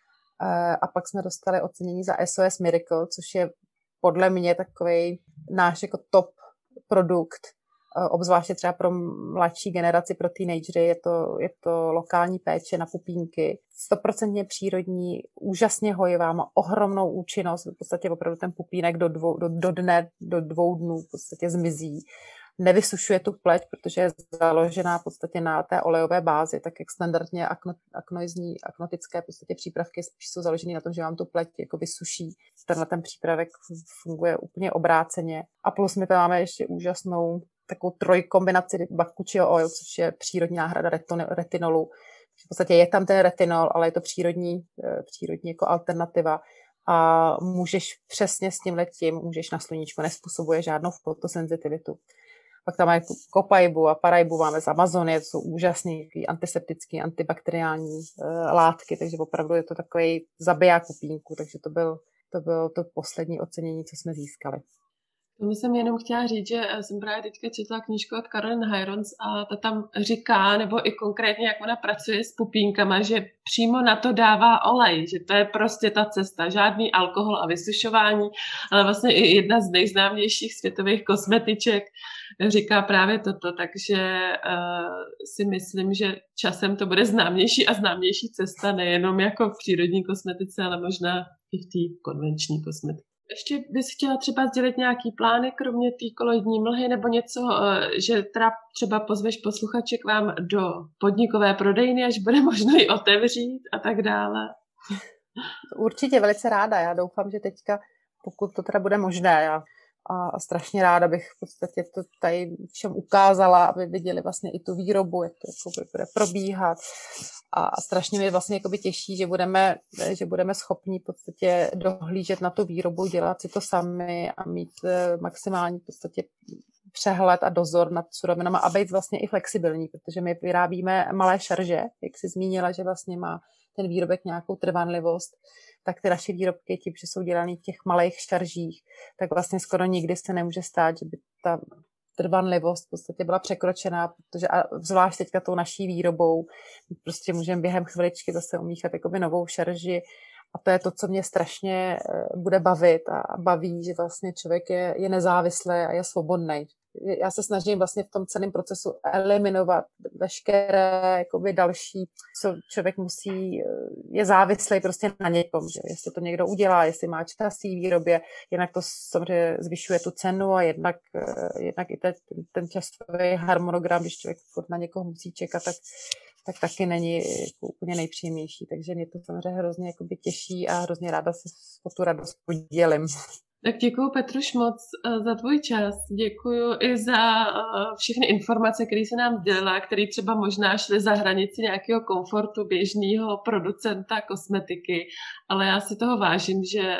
A pak jsme dostali ocenění za SOS Miracle, což je podle mě takový náš jako top produkt, obzvláště třeba pro mladší generaci, pro teenagery, je to lokální péče na pupínky, 100% přírodní, úžasně hojivá, má ohromnou účinnost, v podstatě opravdu ten pupínek do 2 dnů v podstatě zmizí. Nevysušuje tu pleť, protože je založená v podstatě na té olejové bázi, tak jak standardně aknotické v podstatě přípravky jsou založené na tom, že vám tu pleť jako vysuší. Ten přípravek funguje úplně obráceně. A plus my tam máme ještě úžasnou takovou trojkombinaci Bakuchiho oil, což je přírodní náhrada retinolu. V podstatě je tam ten retinol, ale je to přírodní jako alternativa. A můžeš přesně s tímhletím, můžeš na sluníčko, nespůsobuje žádnou fotosenzitivitu. Pak tam máme Copaibu a Paraibu máme z Amazonie, to jsou úžasný antiseptický, antibakteriální látky, takže opravdu je to takový zabiják pupínku, takže to bylo to poslední ocenění, co jsme získali. Tomu jsem jenom chtěla říct, že jsem právě teďka četla knížku od Caroline Hirons a ta tam říká, nebo i konkrétně, jak ona pracuje s pupínkama, že přímo na to dává olej, že to je prostě ta cesta, žádný alkohol a vysušování, ale vlastně i jedna z nejznámějších světových kosmetiček říká právě toto, takže si myslím, že časem to bude známější a známější cesta, nejenom jako v přírodní kosmetice, ale možná i v té konvenční kosmetice. Ještě bys chtěla třeba sdělit nějaký plány, kromě té koloidní mlhy, nebo něco, že třeba pozveš posluchače k vám do podnikové prodejny, až bude možno ji otevřít a tak dále? Určitě velice ráda. Já doufám, že teďka, pokud to teda bude možné, a strašně ráda bych v podstatě to tady všem ukázala, aby viděli vlastně i tu výrobu, jak to bude probíhat. A strašně mě vlastně těší, že budeme schopni v podstatě dohlížet na tu výrobu, dělat si to sami a mít maximální v podstatě přehled a dozor nad surovinama a být vlastně i flexibilní, protože my vyrábíme malé šarže, jak jsi zmínila, že vlastně má ten výrobek nějakou trvanlivost, tak ty naše výrobky, tím, že jsou dělané v těch malých šaržích, tak vlastně skoro nikdy se nemůže stát, že by ta trvanlivost v podstatě byla překročená, protože a zvlášť teďka tou naší výrobou prostě můžeme během chviličky zase umíchat novou šarži a to je to, co mě strašně bude bavit a baví, že vlastně člověk je nezávislý a je svobodný. Já se snažím vlastně v tom celém procesu eliminovat veškeré další, co člověk musí, je závislý prostě na někom, že jestli to někdo udělá, jestli má čas té výrobě, jednak to samozřejmě zvyšuje tu cenu a jednak i ten časový harmonogram, když člověk na někoho musí čekat, tak taky není úplně nejpříjemnější. Takže mě to samozřejmě hrozně těší a hrozně ráda se o tu radost podělím. Tak děkuju, Petruš, moc za tvůj čas. Děkuju i za všechny informace, které se nám sdělila, které třeba možná šly za hranici nějakého komfortu běžného producenta kosmetiky, ale já si toho vážím, že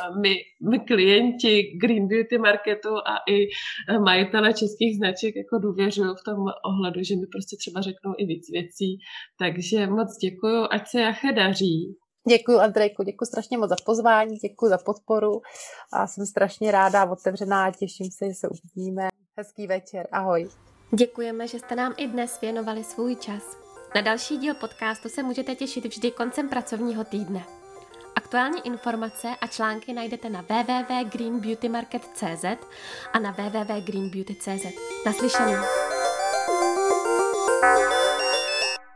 my klienti Green Beauty Marketu a i majitele českých značek důvěřují v tom ohledu, že mi prostě třeba řeknou i víc věcí. Takže moc děkuju, ať se Jache daří. Děkuji, Andrejku, děkuji strašně moc za pozvání, děkuji za podporu a jsem strašně ráda a otevřená a těším se, že se uvidíme. Hezký večer, ahoj. Děkujeme, že jste nám i dnes věnovali svůj čas. Na další díl podcastu se můžete těšit vždy koncem pracovního týdne. Aktuální informace a články najdete na www.greenbeautymarket.cz a na www.greenbeauty.cz. Naslyšenou.